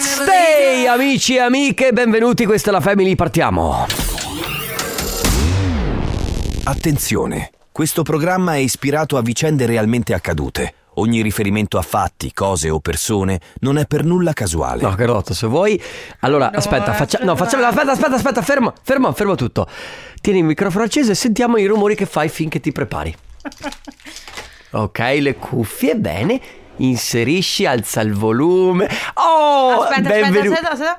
Stay, amici e amiche, benvenuti, questa è la Family, partiamo. Attenzione, questo programma è ispirato a vicende realmente accadute. Ogni riferimento a fatti, cose o persone non è per nulla casuale. No, Carlotta, se vuoi. Allora, aspetta, facciamo. Aspetta, fermo tutto. Tieni il microfono acceso e sentiamo i rumori che fai finché ti prepari. Ok, le cuffie, bene. Inserisci, alza il volume. Oh, Aspetta.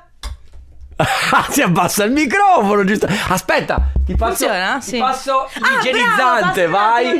Si abbassa il microfono, giusto? Aspetta, ti passo. Funziona? Ti Sì. passo l'igienizzante,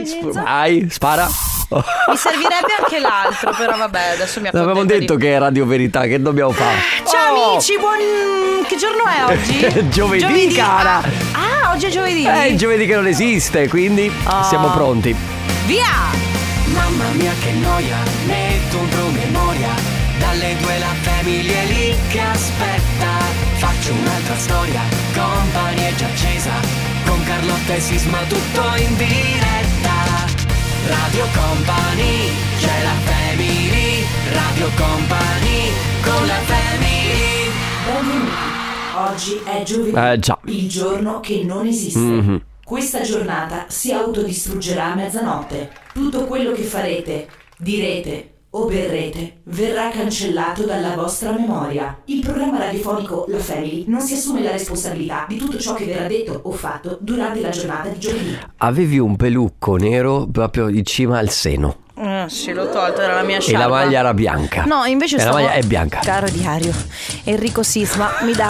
vai, spara. Mi servirebbe anche l'altro, però vabbè, adesso mi accontento. Avevamo detto che è Radio Verità, che dobbiamo fare? Ciao amici, che giorno è oggi? Giovedì, cara. Ah, oggi è giovedì. È il giovedì che non esiste, quindi siamo pronti. Via! Mamma mia che noia, metto un promemoria. Dalle 2 la Family è lì che aspetta. Faccio un'altra storia, Company è già accesa. Con Carlotta e Sisma tutto in diretta. Radio Company, c'è la Family. Radio Company, con la Family. Benvenuti. Oggi è giovedì, Già. il giorno che non esiste. Questa giornata si autodistruggerà a mezzanotte. Tutto quello che farete, direte o berrete verrà cancellato dalla vostra memoria. Il programma radiofonico La Family non si assume la responsabilità di tutto ciò che verrà detto o fatto durante la giornata di giovedì. Avevi un pelucco nero proprio in cima al seno. Sì, l'ho tolto, era la mia sciarpa. E la maglia era bianca. No, invece la maglia è bianca. Caro diario, Enrico Sisma mi dà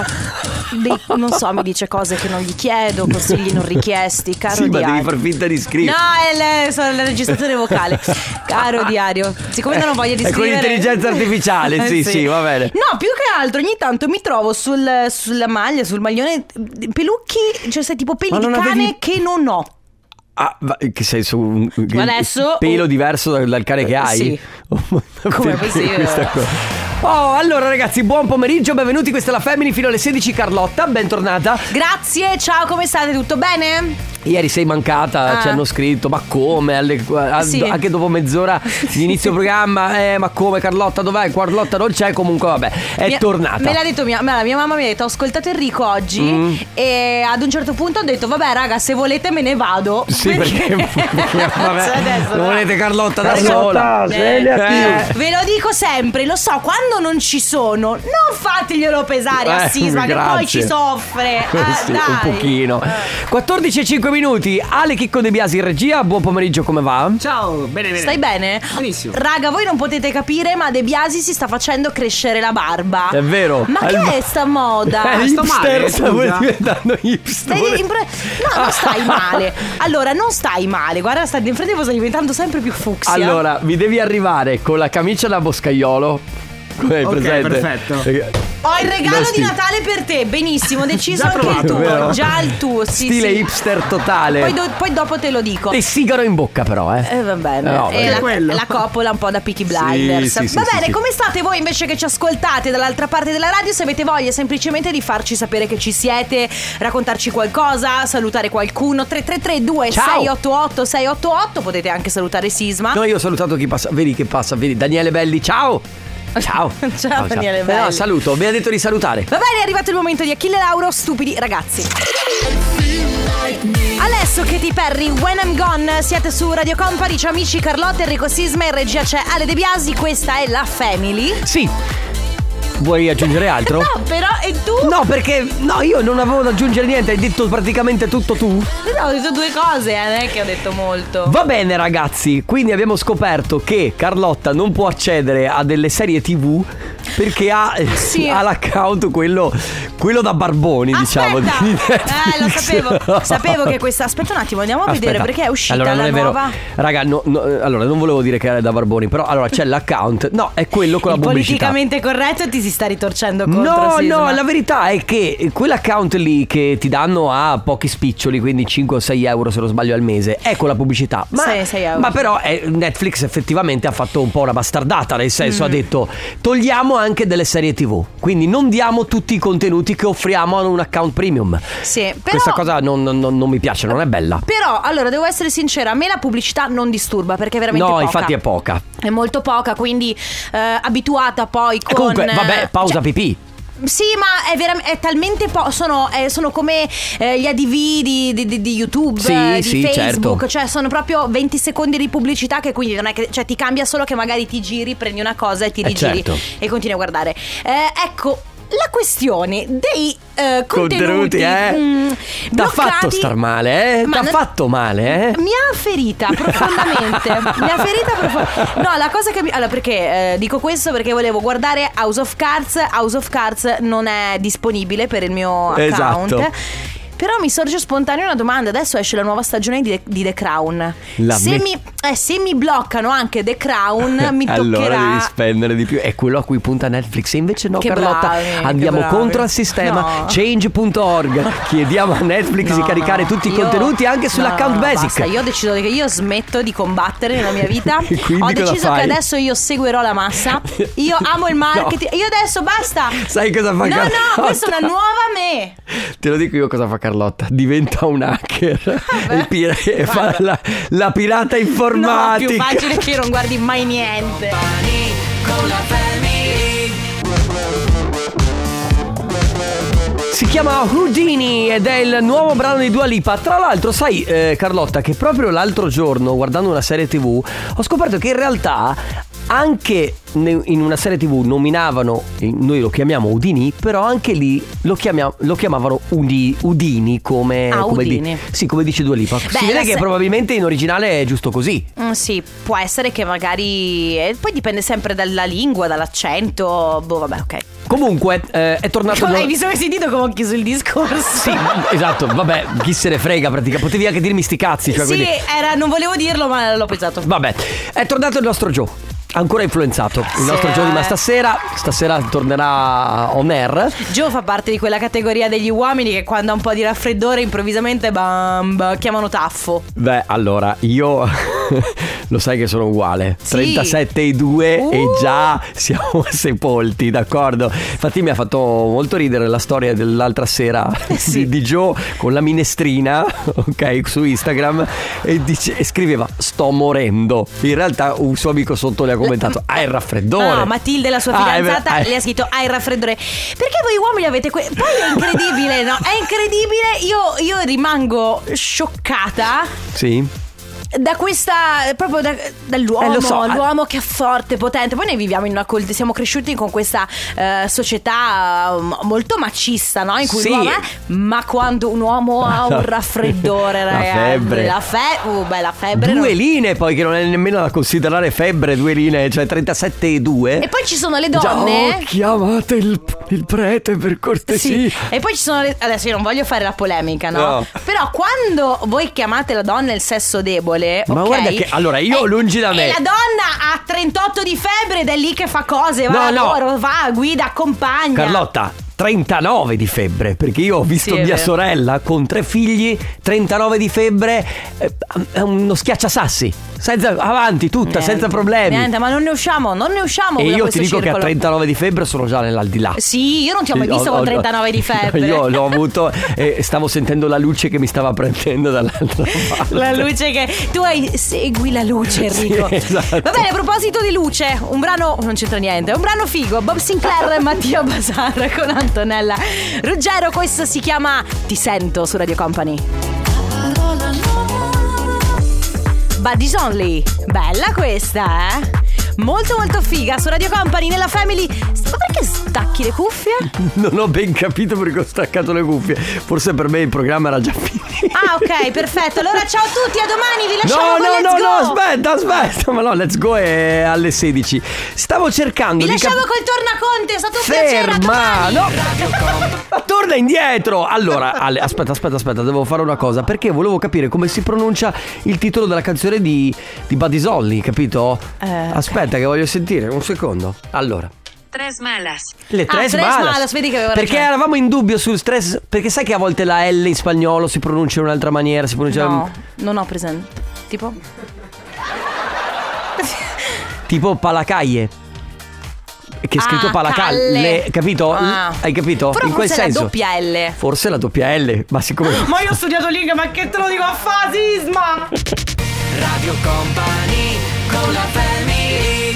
non so, mi dice cose che non gli chiedo, consigli non richiesti. Caro sì, diario, ma devi far finta di scrivere. No, sono la registrazione vocale. Caro diario, siccome non ho voglia di è scrivere. È con l'intelligenza artificiale, sì, va bene. No, più che altro ogni tanto mi trovo sulla maglia, sul maglione, pelucchi, cioè sei tipo peli di cane che non ho. Ah, che sei su adesso pelo diverso dal cane che hai? Sì. Come è possibile? Oh, allora ragazzi, buon pomeriggio, benvenuti, questa è la Family fino alle 16. Carlotta, bentornata. Grazie, ciao, come state? Tutto bene? Ieri sei mancata, ci hanno scritto, ma come? Sì. Anche dopo mezz'ora di inizio programma, ma come Carlotta, dov'è? Carlotta non c'è, comunque vabbè, è tornata. Me l'ha detto mia mamma, mi ha detto, ho ascoltato Enrico oggi e ad un certo punto ho detto, vabbè raga, se volete me ne vado. Sì, perché vabbè, adesso, non volete Carlotta da sola. Ve lo dico sempre, lo so, quando non ci sono, non fateglielo pesare a Sisma, che poi ci soffre. Sì, dai. un pochino. 14:05 minuti. Ale Chicco De Biasi in regia, buon pomeriggio, come va? Ciao, bene. Stai bene? Benissimo. Raga, voi non potete capire, ma De Biasi si sta facendo crescere la barba. È vero. Ma che è sta moda? sto male, Stavo scusa. diventando hipster. No, non stai male. Allora, non stai male. Guarda, sta in frente, sta diventando sempre più fucsia. Allora, mi devi arrivare con la camicia da boscaiolo. Come hai presente? Perfetto. Ho il regalo di Natale per te. Benissimo, deciso Già anche provato, il tuo. vero? Già il tuo, sì. Stile sì. hipster totale. Poi dopo te lo dico. E sigaro in bocca però, Va bene. No, E perché la coppola un po' da Peaky Blinders. Sì, Va bene, sì. come state voi invece che ci ascoltate dall'altra parte della radio? Se avete voglia semplicemente di farci sapere che ci siete, raccontarci qualcosa, salutare qualcuno. 333 688 688. Potete anche salutare Sisma. No, io ho salutato chi passa. Vedi che passa, vedi Daniele Belli, ciao. Ciao. Ciao Daniele Belli. No, saluto, mi ha detto di salutare. Va bene, è arrivato il momento di Achille Lauro, stupidi ragazzi. Adesso Katy Perry, When I'm Gone. Siete su Radio Company, ciao amici, Carlotta, Enrico Sisma, in regia c'è Ale De Biasi. Questa è la Family. Sì. Vuoi aggiungere altro? No, però, e tu? No, perché io non avevo da aggiungere niente, hai detto praticamente tutto tu. No, ho detto due cose, non è che ho detto molto. Va bene ragazzi, quindi abbiamo scoperto che Carlotta non può accedere a delle serie TV perché ha l'account quello da barboni. Aspetta. Diciamo di lo sapevo che questa. Aspetta un attimo, andiamo a vedere perché è uscita allora, non la è vero. nuova. Raga, allora non volevo dire che era da barboni, però allora c'è l'account. No, è quello con la pubblicità. Politicamente corretto ti si sta ritorcendo contro. No, la verità è che quell'account lì che ti danno a pochi spiccioli, quindi 5 o 6 euro se non sbaglio al mese, è con la pubblicità. 6 euro. Ma però Netflix effettivamente ha fatto un po' una bastardata, nel senso ha detto togliamo anche delle serie TV. Quindi non diamo tutti i contenuti che offriamo a un account premium. Sì, però, questa cosa non mi piace, non è bella. Però, allora, devo essere sincera, a me la pubblicità non disturba, perché è veramente poca. No, infatti è poca. È molto poca, quindi abituata poi con... Comunque, vabbè, pausa pipì. Sì, ma è talmente sono come gli ADV di YouTube, di Facebook, certo. Cioè sono proprio 20 secondi di pubblicità, che quindi non è che, cioè, ti cambia solo che magari ti giri, prendi una cosa e ti rigiri, certo, e continui a guardare. Ecco, la questione dei contenuti T'ha fatto star male, T'ha fatto male, Mi ha ferita profondamente. No, la cosa che allora, perché dico questo? Perché volevo guardare House of Cards non è disponibile per il mio account. Esatto. Però mi sorge spontanea una domanda. Adesso esce la nuova stagione di The Crown. Se mi bloccano anche The Crown, mi toccherà. Allora devi spendere di più. È quello a cui punta Netflix. E invece no, che Carlotta, bravi, andiamo contro il sistema. No. Change.org. Chiediamo a Netflix di caricare tutti i contenuti anche sull'account basic. Basta, io ho deciso che io smetto di combattere nella mia vita. Ho deciso che adesso io seguirò la massa. Io amo il marketing. Io adesso basta. Sai cosa fa Carlotta? No, questa è una nuova me. Te lo dico io cosa fa Carlotta. Diventa un hacker e fa la pirata informatica. No, più facile che io non guardi mai niente. Si chiama Houdini ed è il nuovo brano di Dua Lipa. Tra l'altro sai, Carlotta, che proprio l'altro giorno, guardando una serie TV, ho scoperto che in realtà anche in una serie TV nominavano, noi lo chiamiamo Houdini, però anche lì lo chiamavano Udini come Udini. come dice Dua Lipa. Si vede che probabilmente in originale è giusto così. Sì, può essere che magari poi dipende sempre dalla lingua, dall'accento. Vabbè, ok. Comunque è tornato. Hai visto che hai sentito come ho chiuso il discorso? Sì, esatto, vabbè, chi se ne frega praticamente. Potevi anche dirmi sti cazzi, cioè, sì, quindi... non volevo dirlo, ma l'ho pensato. Vabbè, è tornato il nostro Joe. Ancora influenzato. Il nostro Joe di stasera tornerà on air. Joe fa parte di quella categoria degli uomini che quando ha un po' di raffreddore improvvisamente chiamano taffo. Beh, allora, io lo sai che sono uguale. Sì. 37,2 e già siamo sepolti, d'accordo? Infatti mi ha fatto molto ridere la storia dell'altra sera di Joe con la minestrina, ok, su Instagram, e scriveva "sto morendo". In realtà un suo amico sotto le ha commentato "hai il raffreddore". No, Matilde, la sua fidanzata, le ha scritto "hai il raffreddore". Perché voi uomini avete poi è incredibile, no? È incredibile. Io rimango scioccata. Sì. Da questa, proprio dall'uomo, lo so. l'uomo che è forte, potente. Poi noi viviamo in una siamo cresciuti con questa società molto macista, no? In cui l'uomo ma quando un uomo ha un raffreddore, ragazzi, la febbre 2 linee poi, che non è nemmeno da considerare febbre, 2 linee, cioè 37,2. E poi ci sono le donne. Chiamate il prete per cortesia. Sì. E poi ci sono adesso io non voglio fare la polemica, no? Però quando voi chiamate la donna il sesso debole, ma guarda che allora io lungi da me. E la donna ha 38 di febbre ed è lì che fa cose, va al lavoro, va, guida, accompagna. Carlotta, 39 di febbre, perché io ho visto mia sorella con 3 figli, 39 di febbre, uno schiacciasassi, avanti tutta, senza problemi. Niente, ma non ne usciamo. E io ti dico che a 39 di febbre sono già nell'aldilà. Sì, io non ti ho mai visto con 39 di febbre. Io l'ho avuto e stavo sentendo la luce che mi stava prendendo dall'altra parte. La luce che tu segui la luce, Enrico. Sì, esatto. Va bene, a proposito di luce, un brano non c'entra niente, un brano figo. Bob Sinclair e Mattia Bazar con Antonella Ruggero. Questo si chiama Ti sento su Radio Company. Buddies Only. Bella questa, molto molto figa su Radio Company nella Family. Ma perché stacchi le cuffie? Non ho ben capito perché ho staccato le cuffie. Forse per me il programma era già finito. Ah, ok, perfetto. Allora ciao a tutti, a domani, vi lasciamo con Let's Go. No, aspetta. Ma no, Let's Go è alle 16. Stavo cercando vi lasciamo col tornaconte, è stato un piacere. Ferma, no. Ma torna indietro. Allora, aspetta, devo fare una cosa, perché volevo capire come si pronuncia il titolo della canzone di Buddies Only, capito? Aspetta che voglio sentire, un secondo. Allora, Tres malas. le tres malas. Vedi che avevo perché ragione. eravamo in dubbio sul stress. Perché sai che a volte la L in spagnolo si pronuncia in un'altra maniera, si pronuncia No, non ho presente. Tipo tipo palacaie. che è scritto Calle. capito? Hai capito? Però in quel forse senso. la doppia L. Forse la doppia L, ma siccome Ma io ho studiato lingua, ma che te lo dico a fasisma? Radio Company con la family.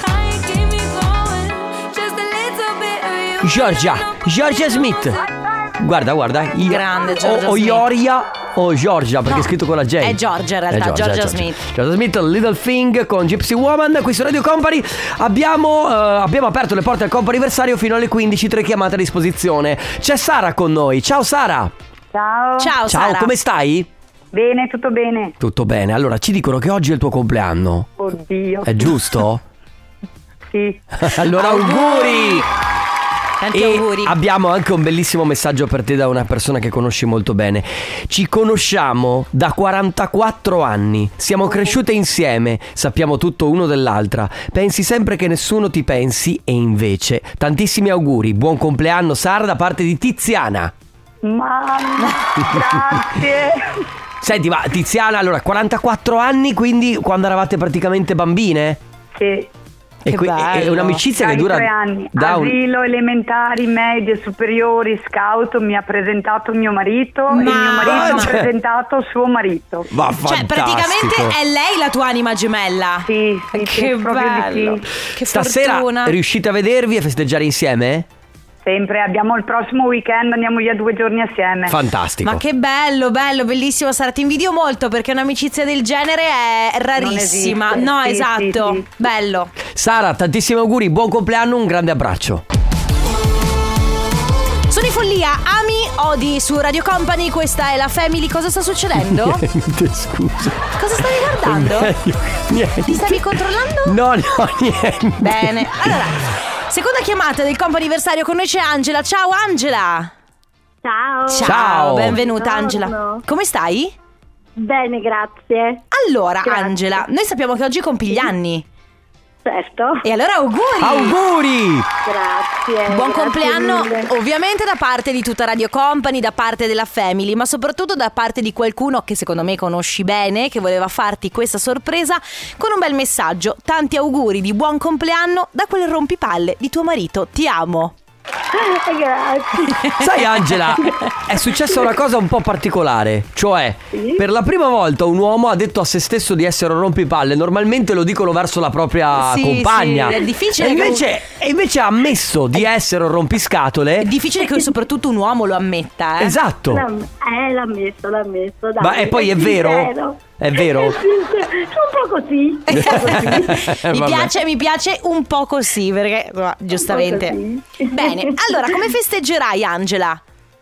Georgia Smith. Guarda, Grande Georgia o Smith. Ioria o Georgia, perché No, è scritto con la J. è Georgia in realtà, Georgia Smith. Georgia Smith, Little Thing con Gypsy Woman. Qui su Radio Company abbiamo aperto le porte al comp'anniversario fino alle 15, 3 chiamate a disposizione. C'è Sara con noi. Ciao Sara. Ciao. Ciao Sara. Come stai? Bene, tutto bene. Tutto bene. Allora, ci dicono che oggi è il tuo compleanno. Oddio. È giusto? Sì. Allora, auguri! Tanti E auguri. abbiamo anche un bellissimo messaggio per te da una persona che conosci molto bene. Ci conosciamo da 44 anni. Siamo cresciute insieme. Sappiamo tutto uno dell'altra. Pensi sempre che nessuno ti pensi e invece. Tantissimi auguri. Buon compleanno Sara da parte di Tiziana. Mamma, grazie. Senti, ma Tiziana, allora 44 anni, quindi quando eravate praticamente bambine? Sì. E Che bello. è un'amicizia che Dai dura 3 anni. da Asilo, elementari, medie, superiori, scout. Mi ha presentato mio marito e mio marito ha Cioè- presentato suo marito. Va, Cioè, fantastico. praticamente è lei la tua anima gemella. Sì, sì, Che proprio bello. di sì. Che Stasera fortuna. riuscite a vedervi e festeggiare insieme? Sempre. Abbiamo il prossimo weekend, andiamo via 2 giorni assieme. Fantastico. Ma che bello, bellissimo Sara, ti invidio molto perché un'amicizia del genere è rarissima. Non esiste. No, Sì, esatto. sì, sì. Bello. Sara, tantissimi auguri, buon compleanno, un grande abbraccio. Sono in follia, ami, odi su Radio Company, questa è la Family. Cosa sta succedendo? Niente, scusa. Cosa stavi guardando? Niente. Ti stavi controllando? No, niente. Bene, allora, seconda chiamata del comp'anniversario, con noi c'è Angela. Ciao Angela. Ciao. Ciao. Benvenuta Buongiorno. Angela. Come stai? Bene, grazie. Allora Grazie. Angela, noi sappiamo che oggi compi gli anni. Certo. E allora auguri. Auguri! Grazie. Buon grazie compleanno mille. ovviamente da parte di tutta Radio Company, da parte della Family, ma soprattutto da parte di qualcuno che secondo me conosci bene, che voleva farti questa sorpresa con un bel messaggio. Tanti auguri di buon compleanno da quel rompipalle di tuo marito. Ti amo. Grazie. Sai Angela, è successa una cosa un po' particolare. Cioè, Sì? per la prima volta un uomo ha detto a se stesso di essere un rompipalle. Normalmente lo dicono verso la propria Sì, compagna. sì, è difficile E invece ha ammesso di essere un rompiscatole. È difficile che soprattutto un uomo lo ammetta, Esatto. L'ha messo, dai. Ma e poi è vero? sincero. È vero? Sono un po' così. mi piace un po' così, perché giustamente. Un po' così. Bene, allora come festeggerai Angela?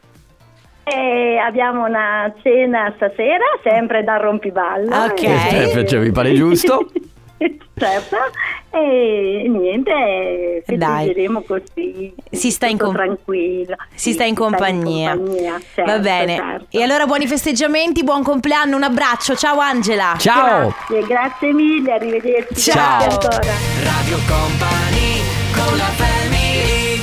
Abbiamo una cena stasera, sempre da rompiballo. Ok. Cioè, mi pare giusto. Certo. E niente, festeggeremo così. Si sta in tutto com- tranquillo. Si Sì, sta in compagnia. certo, Va bene. certo. E allora buoni festeggiamenti, buon compleanno, un abbraccio. Ciao Angela. Ciao. Grazie mille, arrivederci. Ciao. Grazie ancora. Radio Company con la family.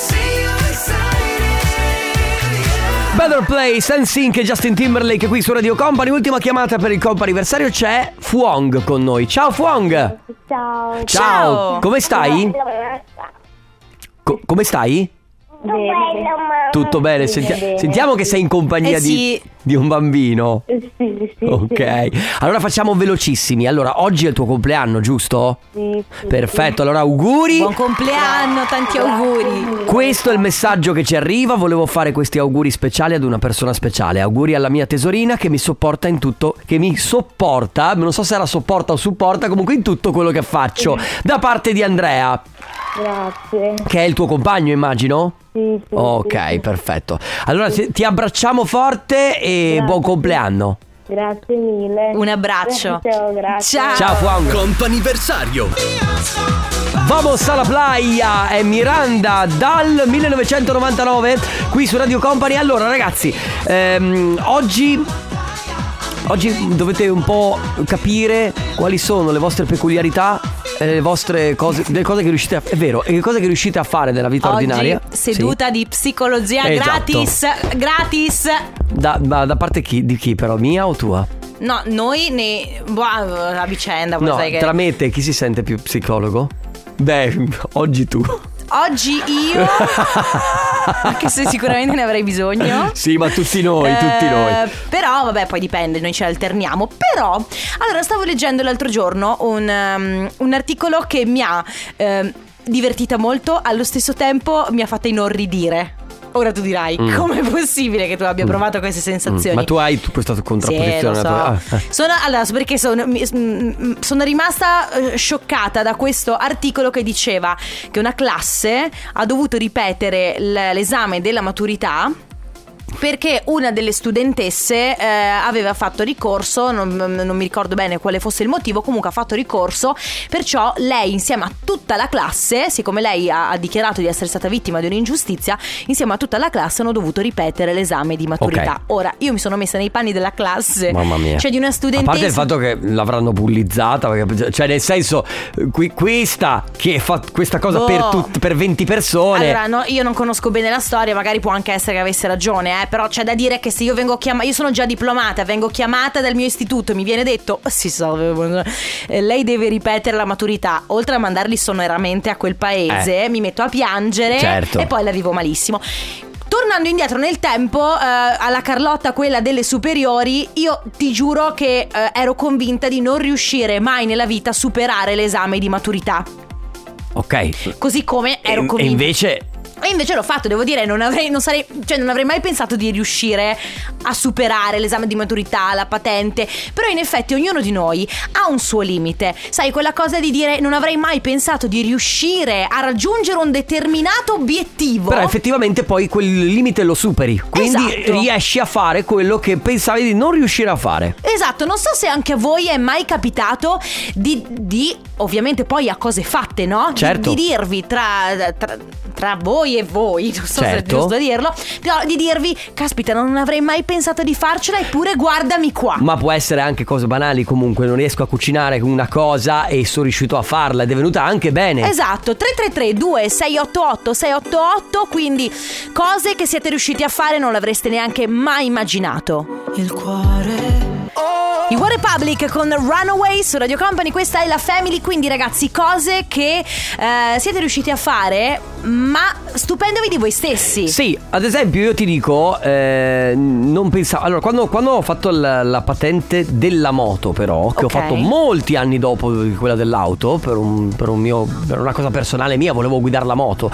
Better Place, NSYNC e Justin Timberlake qui su Radio Company. Ultima chiamata per il comp'anniversario, c'è Fuong con noi. Ciao Fuong. Ciao. Ciao. Come stai? Come stai? Tutto bene? Sentiamo che sei in compagnia sì. di un bambino. Sì. Ok, allora facciamo velocissimi. Allora, oggi è il tuo compleanno, giusto? Sì. Perfetto, allora auguri. Buon compleanno, tanti auguri. Questo è il messaggio che ci arriva. Volevo fare questi auguri speciali ad una persona speciale. Auguri alla mia tesorina che mi sopporta in tutto. Che mi sopporta, non so se era sopporta o supporta, comunque in tutto quello che faccio. Da parte di Andrea, Grazie. che è il tuo compagno, immagino? Sì. Ok, perfetto. Allora ti abbracciamo forte e buon compleanno. Grazie mille. Un abbraccio. Grazie. Ciao. Ciao Fuang. Comp'anniversario. Vamos alla playa, è Miranda dal 1999 qui su Radio Company. Allora ragazzi, oggi dovete un po' capire quali sono le vostre peculiarità, le vostre cose, le cose che riuscite a, è vero, e le cose che riuscite a fare nella vita Oggi ordinaria. seduta di psicologia Esatto. gratis. Da parte di chi però? Mia o tua? No, noi a vicenda. No, sai che... tra me e te chi si sente più psicologo? Beh, oggi tu. Oggi io anche se sicuramente ne avrei bisogno. Sì, ma tutti noi. Però vabbè, poi dipende, noi ci alterniamo. Però, allora, stavo leggendo l'altro giorno un articolo che mi ha divertita molto, allo stesso tempo mi ha fatta inorridire. Ora tu dirai, com'è possibile che tu abbia provato queste sensazioni? Ma tu hai questa contrapposizione? Sì, lo so. Perché sono rimasta scioccata da questo articolo che diceva che una classe ha dovuto ripetere l'esame della maturità perché una delle studentesse aveva fatto ricorso, non mi ricordo bene quale fosse il motivo, comunque ha fatto ricorso, perciò lei insieme a tutta la classe, siccome lei ha dichiarato di essere stata vittima di un'ingiustizia, insieme a tutta la classe hanno dovuto ripetere l'esame di maturità. Okay. Ora, io mi sono messa nei panni della classe. Mamma mia. Cioè di una studentessa. A parte il fatto che l'avranno bullizzata, perché, cioè nel senso, questa che fa questa cosa per 20 persone. Allora, no, io non conosco bene la storia, magari può anche essere che avesse ragione, però c'è da dire che se io vengo chiamata, io sono già diplomata, vengo chiamata dal mio istituto, mi viene detto lei deve ripetere la maturità, oltre a mandarli sonoramente a quel paese, mi metto a piangere, certo. E poi la vivo malissimo. Tornando indietro nel tempo, alla Carlotta, quella delle superiori, io ti giuro che ero convinta di non riuscire mai nella vita a superare l'esame di maturità. Ok. Così come ero convinta. E invece l'ho fatto, devo dire, non avrei mai pensato di riuscire a superare l'esame di maturità, la patente. Però in effetti ognuno di noi ha un suo limite. Sai, quella cosa di dire non avrei mai pensato di riuscire a raggiungere un determinato obiettivo. Però effettivamente poi quel limite lo superi. Quindi esatto, riesci a fare quello che pensavi di non riuscire a fare. Esatto, non so se anche a voi è mai capitato di ovviamente poi a cose fatte, no? Certo. Di dirvi tra voi e voi, non so se è Certo. giusto dirlo, però di dirvi, caspita, non avrei mai pensato di farcela, eppure guardami qua. Ma può essere anche cose banali, comunque non riesco a cucinare una cosa e sono riuscito a farla ed è venuta anche bene. Esatto, 333-2688-688, quindi cose che siete riusciti a fare e non l'avreste neanche mai immaginato. I One Republic con Runaway su Radio Company, questa è la Family, quindi ragazzi, cose che siete riusciti a fare ma stupendovi di voi stessi. Sì, ad esempio io ti dico, non pensavo. Allora, quando ho fatto la patente della moto, però, che ho fatto molti anni dopo quella dell'auto, per una cosa personale mia, volevo guidare la moto.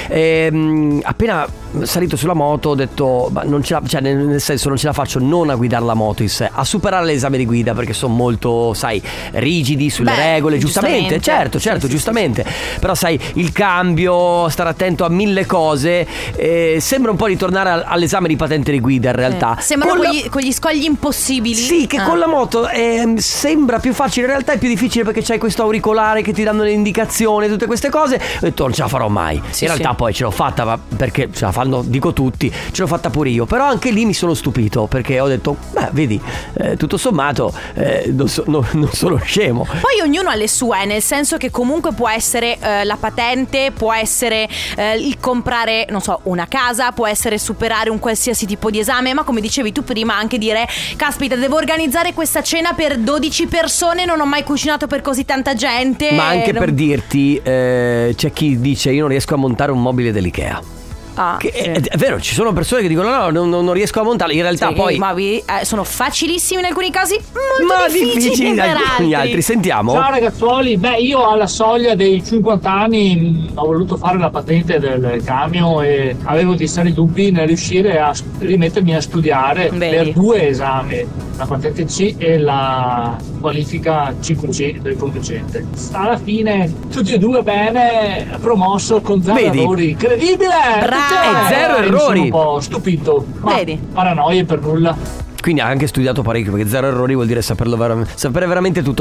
Appena salito sulla moto ho detto, ma non ce la, cioè nel senso non ce la faccio non a guidare la moto in sé, a superare l'esame di guida, perché sono molto, sai, rigidi sulle regole, giustamente. Certo, sì, giustamente. Sì. Però sai, il cambio, stare attento a mille cose, sembra un po' ritornare all'esame di patente di guida in realtà. Sembra con gli scogli impossibili. Sì, che con la moto sembra più facile, in realtà è più difficile, perché c'hai questo auricolare che ti danno le indicazioni, tutte queste cose. Ho detto non ce la farò mai. Sì, in realtà poi ce l'ho fatta, ma perché ce la fanno, dico tutti, ce l'ho fatta pure io. Però anche lì mi sono stupito, perché ho detto, beh, vedi, tutto sommato non sono scemo. Poi ognuno ha le sue, nel senso che comunque può essere la patente, può essere il comprare, non so, una casa, può essere superare un qualsiasi tipo di esame, ma come dicevi tu prima, anche dire, caspita, devo organizzare questa cena per 12 persone, non ho mai cucinato per così tanta gente. Ma anche per dirti, c'è chi dice io non riesco a montare un mobile dell'Ikea. Sì. È vero, ci sono persone che dicono no, non riesco a montarli. In realtà poi sono facilissimi in alcuni casi, molto difficili in alcuni altri. Sentiamo. Ciao ragazzuoli, io alla soglia dei 50 anni ho voluto fare la patente del camion e avevo dei seri dubbi nel riuscire a rimettermi a studiare per 2 esami, la patente C e la qualifica 5C del conducente. Alla fine tutti e 2 bene, promosso con 0 errori. Incredibile! E 0 errori. Sono un po' stupito, ma paranoie per nulla. Quindi ha anche studiato parecchio, perché 0 errori vuol dire sapere veramente tutto.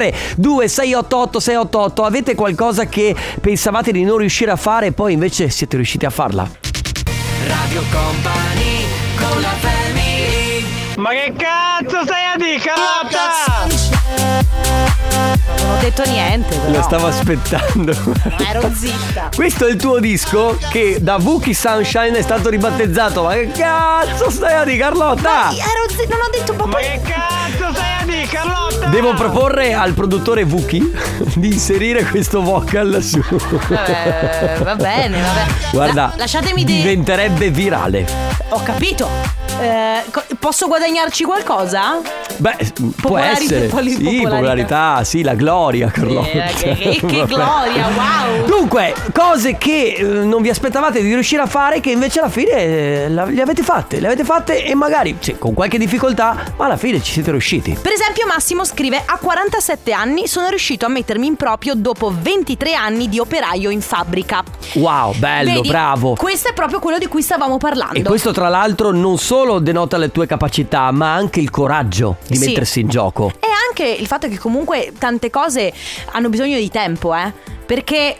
333-2688-688. Avete qualcosa che pensavate di non riuscire a fare e poi invece siete riusciti a farla? Radio Company con la Family. Ma che cazzo stai a dire, Carlotta? Non ho detto niente, però. Lo stavo aspettando. Ero zitta. Questo è il tuo disco che da Wookie Sunshine è stato ribattezzato. Ma che cazzo stai a dire, Carlotta? Ma ero zitta, non ho detto proprio. Ma che cazzo stai a sei a di, Carlotta? Devo proporre al produttore Vuki di inserire questo vocal su. Va bene. Guarda, lasciatemi diventerebbe virale. Ho capito. Posso guadagnarci qualcosa? Beh, può essere. Popolarità, sì, la gloria, Carlotta. Che gloria, wow. Dunque, cose che non vi aspettavate di riuscire a fare, che invece alla fine le avete fatte e magari con qualche difficoltà, ma alla fine ci siete riusciti. Per esempio Massimo scrive: a 47 anni sono riuscito a mettermi in proprio dopo 23 anni di operaio in fabbrica. Wow, bello. Vedi, bravo. Questo è proprio quello di cui stavamo parlando. E questo tra l'altro non solo denota le tue capacità, ma anche il coraggio di mettersi in gioco. E anche il fatto che comunque tante cose hanno bisogno di tempo, perché...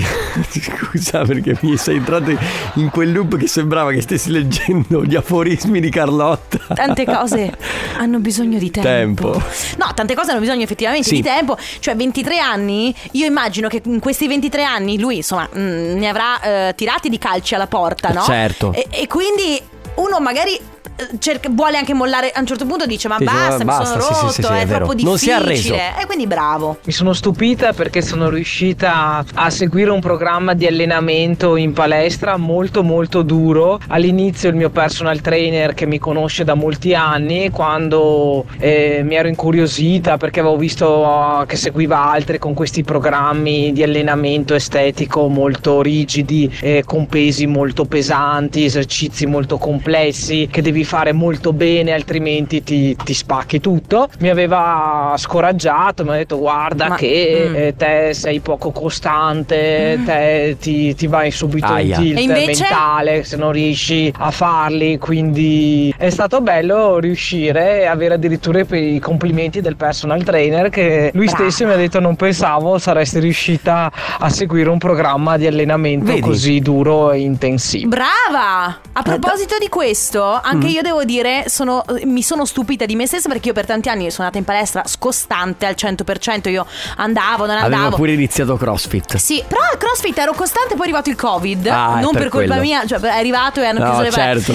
Scusa, perché mi sei entrato in quel loop che sembrava che stessi leggendo gli aforismi di Carlotta. Tante cose hanno bisogno di tempo. No, tante cose hanno bisogno effettivamente di tempo. Cioè 23 anni, io immagino che in questi 23 anni lui insomma ne avrà tirati di calci alla porta, no? Certo. E quindi uno magari vuole anche mollare. A un certo punto dice: ma basta, mi sono rotto, è troppo difficile. Non si è arreso. E quindi bravo. Mi sono stupita perché sono riuscita a seguire un programma di allenamento in palestra molto molto duro. All'inizio il mio personal trainer, che mi conosce da molti anni, quando mi ero incuriosita perché avevo visto che seguiva altri con questi programmi di allenamento estetico molto rigidi, con pesi molto pesanti, esercizi molto complessi che devi fare molto bene, altrimenti ti spacchi tutto. Mi aveva scoraggiato, mi ha detto: guarda che te sei poco costante, te ti vai subito in tilt mentale se non riesci a farli. Quindi è stato bello riuscire e avere addirittura i complimenti del personal trainer, che lui stesso mi ha detto: non pensavo saresti riuscita a seguire un programma di allenamento così duro e intensivo. Brava! A proposito di questo, anche io devo dire, mi sono stupita di me stessa, perché io per tanti anni sono andata in palestra scostante al 100%. Io andavo, non andavo. Avevo pure iniziato CrossFit. Sì, però al CrossFit ero costante, poi è arrivato il Covid. Non per colpa mia, cioè è arrivato e hanno chiuso le certo.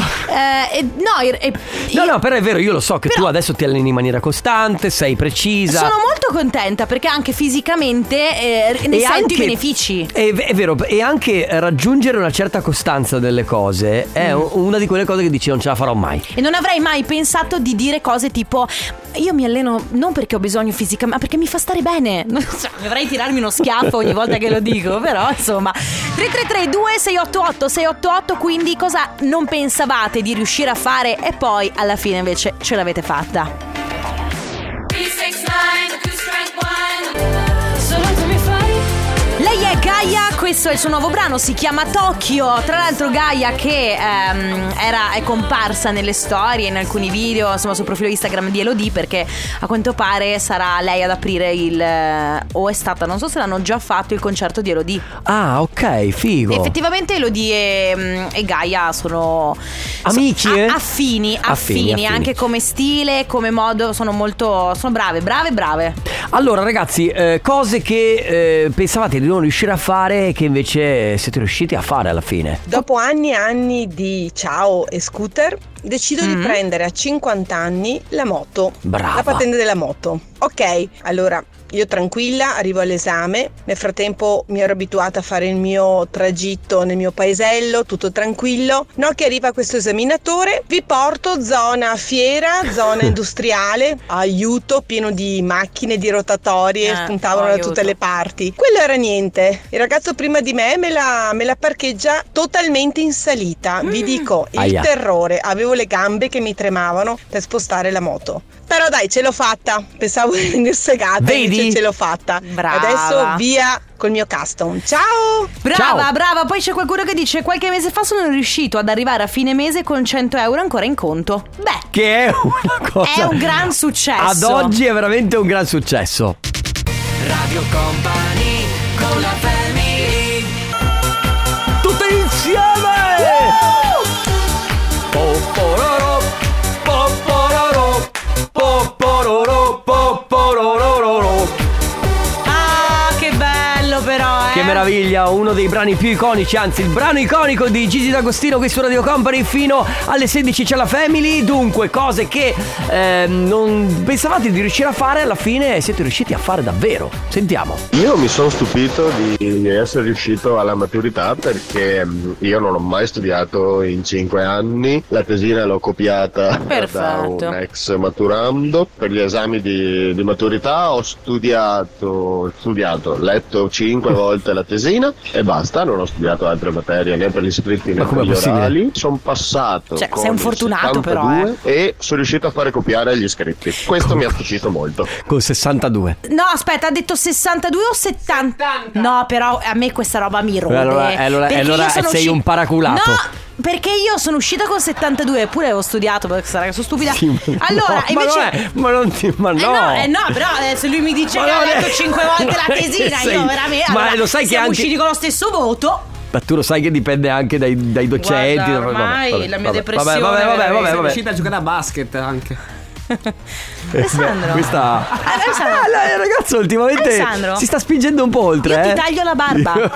No, però è vero, io lo so che tu adesso ti alleni in maniera costante, sei precisa. Sono molto contenta perché anche fisicamente ne sento i benefici. È vero, e anche raggiungere una certa costanza delle cose è una di quelle cose che dici: non ce la farò mai. E non avrei mai pensato di dire cose tipo: io mi alleno non perché ho bisogno fisicamente, ma perché mi fa stare bene. Dovrei tirarmi uno schiaffo ogni volta che lo dico, però insomma. 333-2688-688. Quindi cosa non pensavate di riuscire a fare e poi alla fine invece ce l'avete fatta? Lei è Gaia, questo è il suo nuovo brano, si chiama Tokyo. Tra l'altro Gaia che è comparsa nelle storie, in alcuni video, insomma sul profilo Instagram di Elodie, perché a quanto pare sarà lei ad aprire o è stata, non so se l'hanno già fatto, il concerto di Elodie. Ah, ok, figo. Effettivamente Elodie e Gaia sono amici, affini, anche come stile, come modo, sono brave. Allora ragazzi, cose che pensavate di non riuscire a fare, che invece siete riusciti a fare alla fine. Dopo anni e anni di ciao e scooter, decido di prendere a 50 anni la moto. Brava. La patente della moto. Ok, allora io tranquilla, arrivo all'esame. Nel frattempo mi ero abituata a fare il mio tragitto nel mio paesello, tutto tranquillo. No, che arriva questo esaminatore, vi porto zona fiera, zona industriale, aiuto, pieno di macchine, di rotatorie, spuntavano da tutte le parti. Quello era niente. Il ragazzo prima di me me la parcheggia totalmente in salita. Vi dico, il terrore, avevo le gambe che mi tremavano per spostare la moto. Però dai, ce l'ho fatta. Pensavo di venire segata. Vedi? Ce l'ho fatta. Brava. Adesso via col mio custom. Ciao. Brava. Poi c'è qualcuno che dice: qualche mese fa sono riuscito ad arrivare a fine mese con 100 euro ancora in conto. Beh, che è una cosa, è un gran successo. Ad oggi è veramente un gran successo. Radio Company con la family. Tutte insieme. Popororo, popororo, popororo, popororo. Ah, che bello però, Che meraviglia, uno dei dei brani più iconici, anzi il brano iconico di Gigi D'Agostino qui su Radio Company. Fino alle 16 c'è la Family. Dunque, cose che non pensavate di riuscire a fare, alla fine siete riusciti a fare davvero. Sentiamo. Io mi sono stupito di essere riuscito alla maturità, perché io non ho mai studiato in 5 anni. La tesina l'ho copiata da un ex maturando. Per gli esami di maturità ho studiato, letto 5 volte la tesina e basta, non ho studiato altre materie né per gli iscritti né per gli orali. Sono passato con sei un fortunato 72 e sono riuscito a fare copiare gli iscritti. Questo mi ha stupito molto. Con 62. No, aspetta, ha detto 62 o 70? No, però a me questa roba mi rode. Allora sei un paraculato. No, perché io sono uscita con 72, eppure avevo studiato, perché sarà che sono stupida. Sì, allora, no, invece ma no. No, però se lui mi dice che ha letto 5 volte la tesina, io veramente. Ma allora, lo sai che siamo anche usciti con lo stesso voto. Ma tu lo sai che dipende anche dai docenti. Guarda, ormai la mia depressione. Vabbè. Sei riuscita a giocare a basket anche. Alessandro. Questa Alessandro. ragazzo ultimamente Alessandro. si sta spingendo un po' oltre. Io ti taglio la barba.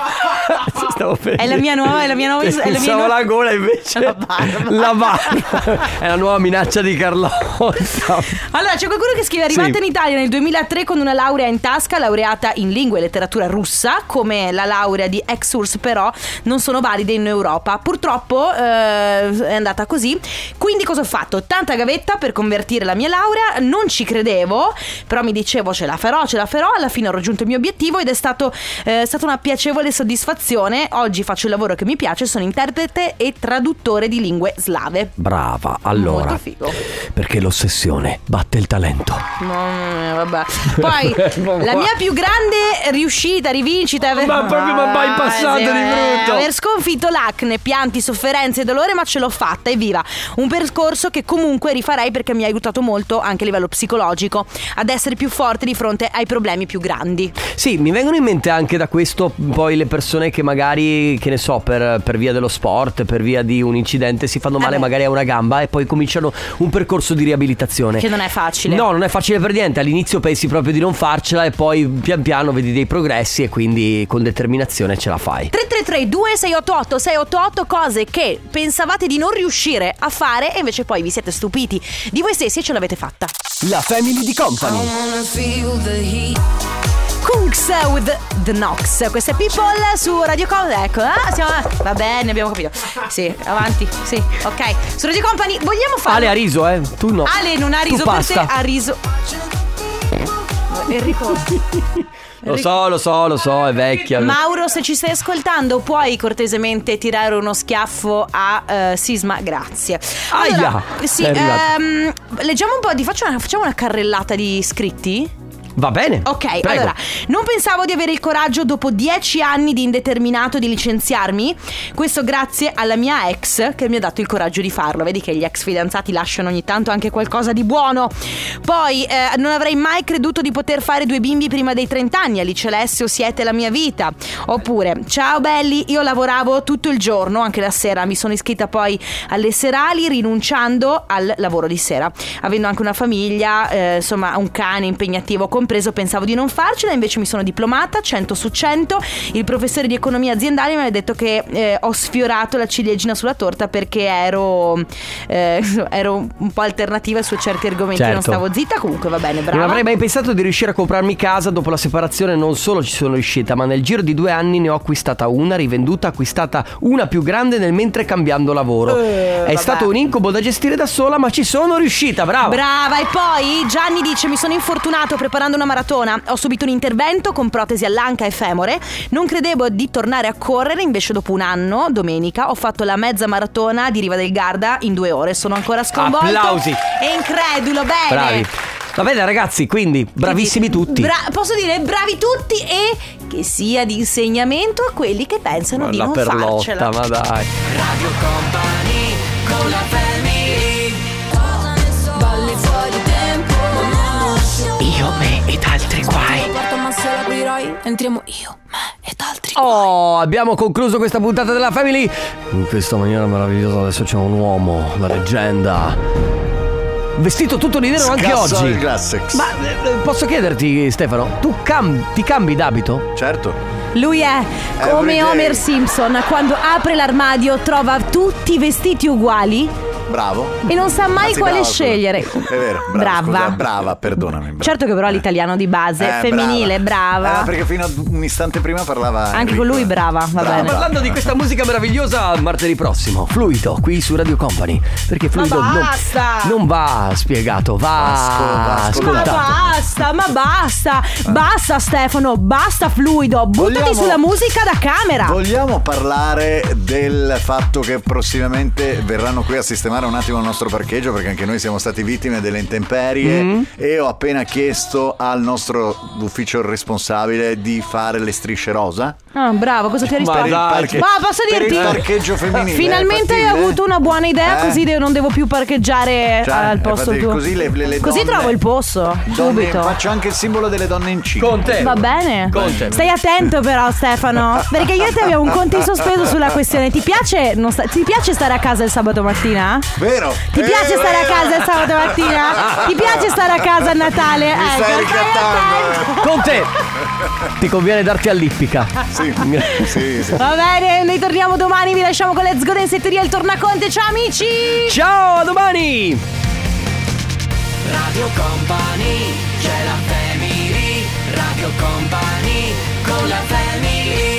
È la mia nuova Pensavo la gola, invece la barba. È la nuova minaccia di Carlotta. Allora c'è qualcuno che scrive: arrivata in Italia nel 2003 con una laurea in tasca, laureata in lingua e letteratura russa. Come la laurea di ex-URSS, però non sono valide in Europa. Purtroppo è andata così. Quindi cosa ho fatto? Tanta gavetta per convertire la mia laurea. Non ci credevo, però mi dicevo ce la farò. Alla fine ho raggiunto il mio obiettivo ed è stata una piacevole soddisfazione. Oggi faccio il lavoro che mi piace, sono interprete e traduttore di lingue slave. Brava, allora. Molto figo. Perché l'ossessione batte il talento. Vabbè. Poi la mia più grande riuscita, rivincita, ma proprio mi hai passato di brutto. Aver sconfitto l'acne, pianti, sofferenze e dolore, ma ce l'ho fatta, evviva. Un percorso che comunque rifarei, perché mi ha aiutato molto anche a livello psicologico ad essere più forte di fronte ai problemi più grandi. Sì, mi vengono in mente anche da questo poi le persone che magari, che ne so, per via dello sport, per via di un incidente si fanno male magari a una gamba e poi cominciano un percorso di riabilitazione che non è facile. No, non è facile per niente. All'inizio pensi proprio di non farcela e poi pian piano vedi dei progressi e quindi con determinazione ce la fai. 333-2688-688, cose che pensavate di non riuscire a fare e invece poi vi siete stupiti di voi stessi e ce l'avete fatta. La Family di Company. Kunks with the Knox. Queste People su Radio Company. Ecco, va bene, abbiamo capito. Sì, avanti, sì, ok. Su Radio Company vogliamo fare. Ale ha riso, tu no. Ale non ha riso per te, ha riso. Enrico. Lo so, è vecchia. Mauro, se ci stai ascoltando, puoi cortesemente tirare uno schiaffo a Sisma, grazie. Allora, sì, leggiamo un po' facciamo una carrellata di iscritti. Va bene. Ok, prego. Allora, non pensavo di avere il coraggio dopo 10 anni di indeterminato di licenziarmi. Questo grazie alla mia ex che mi ha dato il coraggio di farlo. Vedi che gli ex fidanzati lasciano ogni tanto anche qualcosa di buono. Poi non avrei mai creduto di poter fare 2 bimbi prima dei 30 anni. Alice Alessio, siete la mia vita. Oppure, ciao belli, io lavoravo tutto il giorno, anche la sera. Mi sono iscritta poi alle serali rinunciando al lavoro di sera. Avendo anche una famiglia, insomma un cane impegnativo compreso, pensavo di non farcela, invece mi sono diplomata 100 su 100. Il professore di economia aziendale mi ha detto che ho sfiorato la ciliegina sulla torta perché ero un po' alternativa su certi argomenti. Certo. Non stavo zitta, comunque va bene, brava. Non avrei mai pensato di riuscire a comprarmi casa dopo la separazione. Non solo ci sono riuscita, ma nel giro di 2 anni ne ho acquistata una, rivenduta, acquistata una più grande nel mentre cambiando lavoro. È stato un incubo da gestire da sola, ma ci sono riuscita, brava. E poi Gianni dice: mi sono infortunato preparando una maratona, ho subito un intervento con protesi all'anca e femore, non credevo di tornare a correre, invece dopo un anno, domenica, ho fatto la mezza maratona di Riva del Garda in 2 ore, sono ancora sconvolto. Applausi. E incredulo, bene. Bravi. Va bene ragazzi, quindi bravissimi tutti. Posso dire bravi tutti e che sia di insegnamento a quelli che pensano di non farcela. Ma dai. Radio Company con la family. Balli fuori tempo. Io, me ed altri guai. Entriamo io, me ed altri. Abbiamo concluso questa puntata della Family in questa maniera meravigliosa. Adesso c'è un uomo, la leggenda, vestito tutto di nero anche oggi. Il Glassex. Ma posso chiederti, Stefano, tu ti cambi d'abito? Certo. Lui è come Homer Simpson, quando apre l'armadio trova tutti i vestiti uguali. Bravo. E non sa mai quale scegliere. È vero, brava, perdonami. Brava. Certo che però l'italiano di base è femminile, brava. Perché fino a un istante prima parlava anche Enrico. con lui brava, va bene. Parlando di questa musica meravigliosa, martedì prossimo, Fluido, qui su Radio Company. Perché Fluido non va spiegato, va ascoltato. Ma basta. Basta Stefano, basta Fluido. Buttati sulla musica da camera. Vogliamo parlare del fatto che prossimamente verranno qui a sistemare un attimo il nostro parcheggio, perché anche noi siamo stati vittime delle intemperie e ho appena chiesto al nostro ufficio responsabile di fare le strisce rosa. Ah, bravo, cosa ti ha risposto? Ma posso dirti? Per il parcheggio femminile. Finalmente hai avuto una buona idea, così non devo più parcheggiare al posto tuo. Così le così donne, trovo il posto subito. Faccio anche il simbolo delle donne in C. Con te. Va bene. Con te. Stai attento però Stefano, perché io e te abbiamo un conto in sospeso sulla questione. Ti piace stare a casa il sabato mattina? Vero. Ti piace stare a casa il sabato mattina? Ti piace stare a casa a Natale? Mi stai ricattando. Con te. Ti conviene darti all'ippica. Sì. Va bene, noi torniamo domani, vi lasciamo con Let's Go Densetteria, il Tornaconte. Ciao amici. Ciao, a domani. Radio Company, c'è la family. Radio Company con la family.